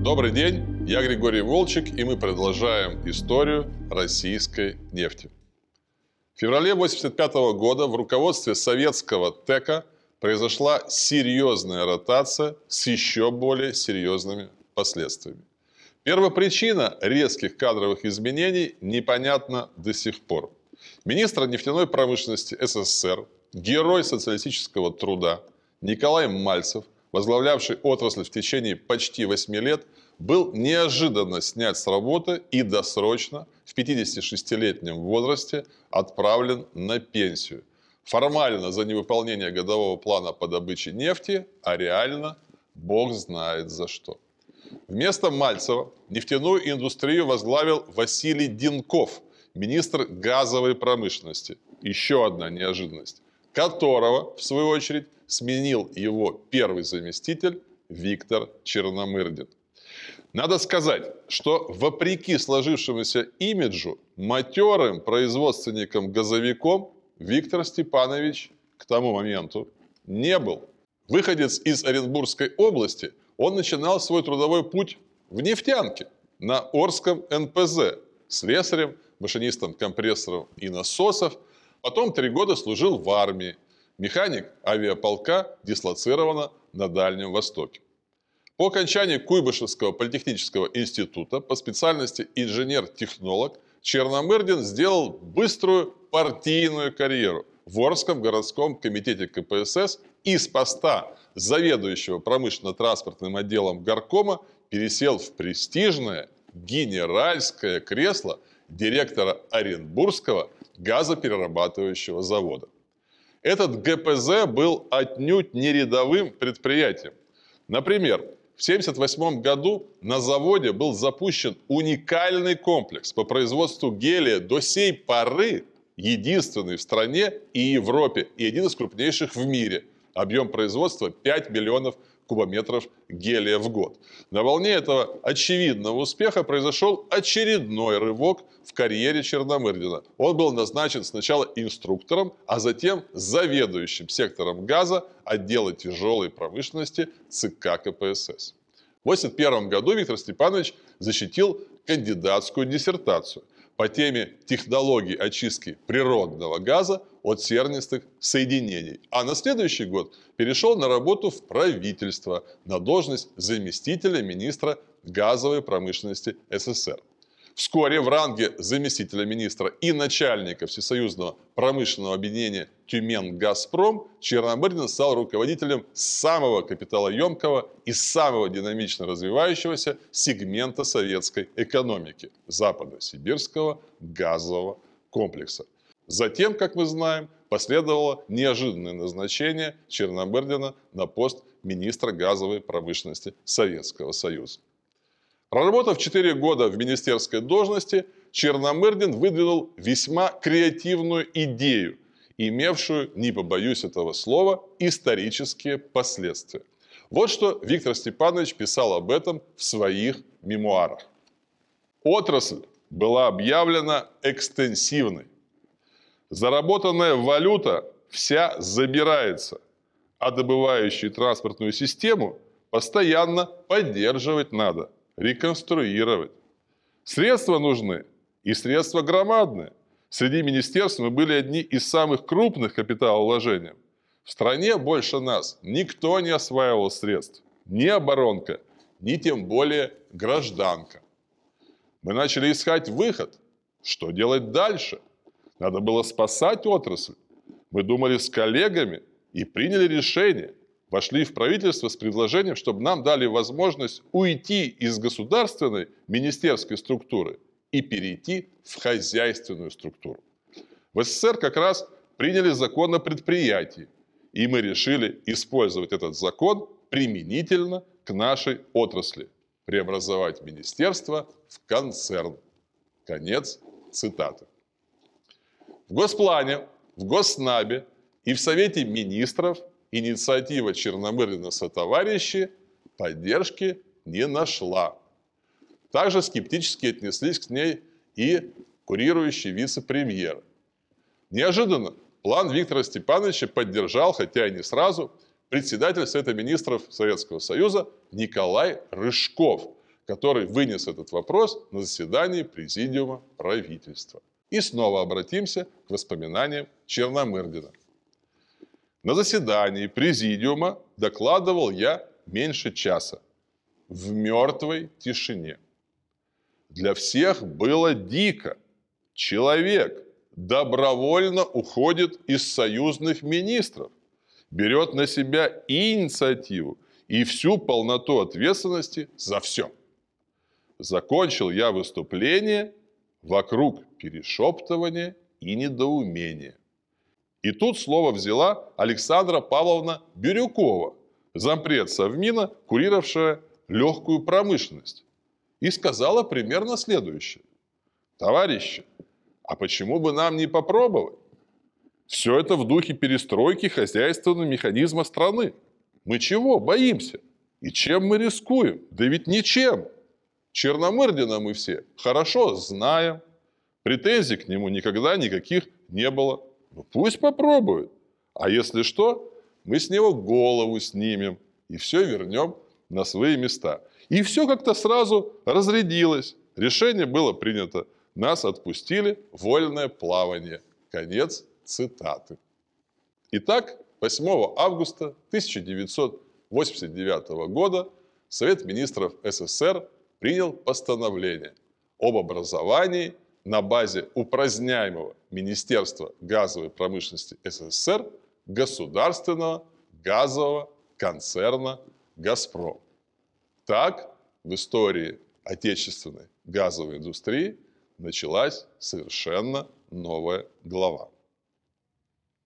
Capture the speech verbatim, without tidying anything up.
Добрый день, я Григорий Волчек, и мы продолжаем историю российской нефти. В феврале тысяча девятьсот восемьдесят пятого года в руководстве советского ТЭКа произошла серьезная ротация с еще более серьезными последствиями. Первопричина резких кадровых изменений непонятна до сих пор. Министр нефтяной промышленности СССР, герой социалистического труда Николай Мальцев, возглавлявший отрасль в течение почти восьми лет, был неожиданно снят с работы и досрочно в пятидесятишестилетнем возрасте отправлен на пенсию. Формально за невыполнение годового плана по добыче нефти, а реально бог знает за что. Вместо Мальцева нефтяную индустрию возглавил Василий Динков, министр газовой промышленности. Еще одна неожиданность, которого, в свою очередь, сменил его первый заместитель Виктор Черномырдин. Надо сказать, что вопреки сложившемуся имиджу, матерым производственником-газовиком Виктор Степанович к тому моменту не был. Выходец из Оренбургской области, он начинал свой трудовой путь в нефтянке на Орском эн пэ зэ слесарем, машинистом компрессоров и насосов. Потом три года служил в армии. Механик авиаполка дислоцирована на Дальнем Востоке. По окончании Куйбышевского политехнического института по специальности инженер-технолог Черномырдин сделал быструю партийную карьеру в Орском городском комитете ка пэ эс эс и с поста заведующего промышленно-транспортным отделом горкома пересел в престижное генеральское кресло директора Оренбургского газоперерабатывающего завода. Этот гэ пэ зэ был отнюдь не рядовым предприятием. Например, в тысяча девятьсот семьдесят восьмом году на заводе был запущен уникальный комплекс по производству гелия, до сей поры единственный в стране и Европе, и один из крупнейших в мире. Объем производства пять миллионов кубометров гелия в год. На волне этого очевидного успеха произошел очередной рывок в карьере Черномырдина. Он был назначен сначала инструктором, а затем заведующим сектором газа отдела тяжелой промышленности ЦК ка пэ эс эс. В тысяча девятьсот восемьдесят первом году Виктор Степанович защитил кандидатскую диссертацию по теме технологий очистки природного газа от сернистых соединений. А на следующий год перешел на работу в правительство на должность заместителя министра газовой промышленности эс эс эс эр. Вскоре в ранге заместителя министра и начальника Всесоюзного промышленного объединения «Тюменгазпром» Черномырдин стал руководителем самого капиталоемкого и самого динамично развивающегося сегмента советской экономики – западно-сибирского газового комплекса. Затем, как мы знаем, последовало неожиданное назначение Черномырдина на пост министра газовой промышленности Советского Союза. Проработав четыре года в министерской должности, Черномырдин выдвинул весьма креативную идею, имевшую, не побоюсь этого слова, исторические последствия. Вот что Виктор Степанович писал об этом в своих мемуарах. Отрасль была объявлена экстенсивной. Заработанная валюта вся забирается, а добывающую транспортную систему постоянно поддерживать надо, реконструировать. Средства нужны, и средства громадные. Среди министерств мы были одни из самых крупных капиталовложений. В стране больше нас никто не осваивал средств. Ни оборонка, ни тем более гражданка. Мы начали искать выход. Что делать дальше? Надо было спасать отрасль. Мы думали с коллегами и приняли решение. Вошли в правительство с предложением, чтобы нам дали возможность уйти из государственной министерской структуры и перейти в хозяйственную структуру. В эс эс эс эр как раз приняли закон о предприятии, и мы решили использовать этот закон применительно к нашей отрасли, преобразовать министерство в концерн. Конец цитаты. В Госплане, в Госнабе и в Совете министров инициатива Черномырдина сотоварищи поддержки не нашла. Также скептически отнеслись к ней и курирующий вице-премьер. Неожиданно план Виктора Степановича поддержал, хотя и не сразу, председатель Совета министров Советского Союза Николай Рыжков, который вынес этот вопрос на заседании Президиума правительства. И снова обратимся к воспоминаниям Черномырдина. На заседании Президиума докладывал я меньше часа, в мертвой тишине. Для всех было дико. Человек добровольно уходит из союзных министров, берет на себя инициативу и всю полноту ответственности за все. Закончил я выступление вокруг перешептывания и недоумения. И тут слово взяла Александра Павловна Бирюкова, зампред Совмина, курировавшая легкую промышленность, и сказала примерно следующее. Товарищи, а почему бы нам не попробовать? Все это в духе перестройки хозяйственного механизма страны. Мы чего боимся? И чем мы рискуем? Да ведь ничем. Черномырдина мы все хорошо знаем. Претензий к нему никогда никаких не было. Ну пусть попробует. А если что, мы с него голову снимем и все вернем на свои места. И все как-то сразу разрядилось. Решение было принято. Нас отпустили в вольное плавание. Конец цитаты. Итак, восьмого августа тысяча девятьсот восемьдесят девятого года Совет министров СССР принял постановление об образовании на базе упраздняемого Министерства газовой промышленности СССР государственного газового концерна «Газпром». Так в истории отечественной газовой индустрии началась совершенно новая глава.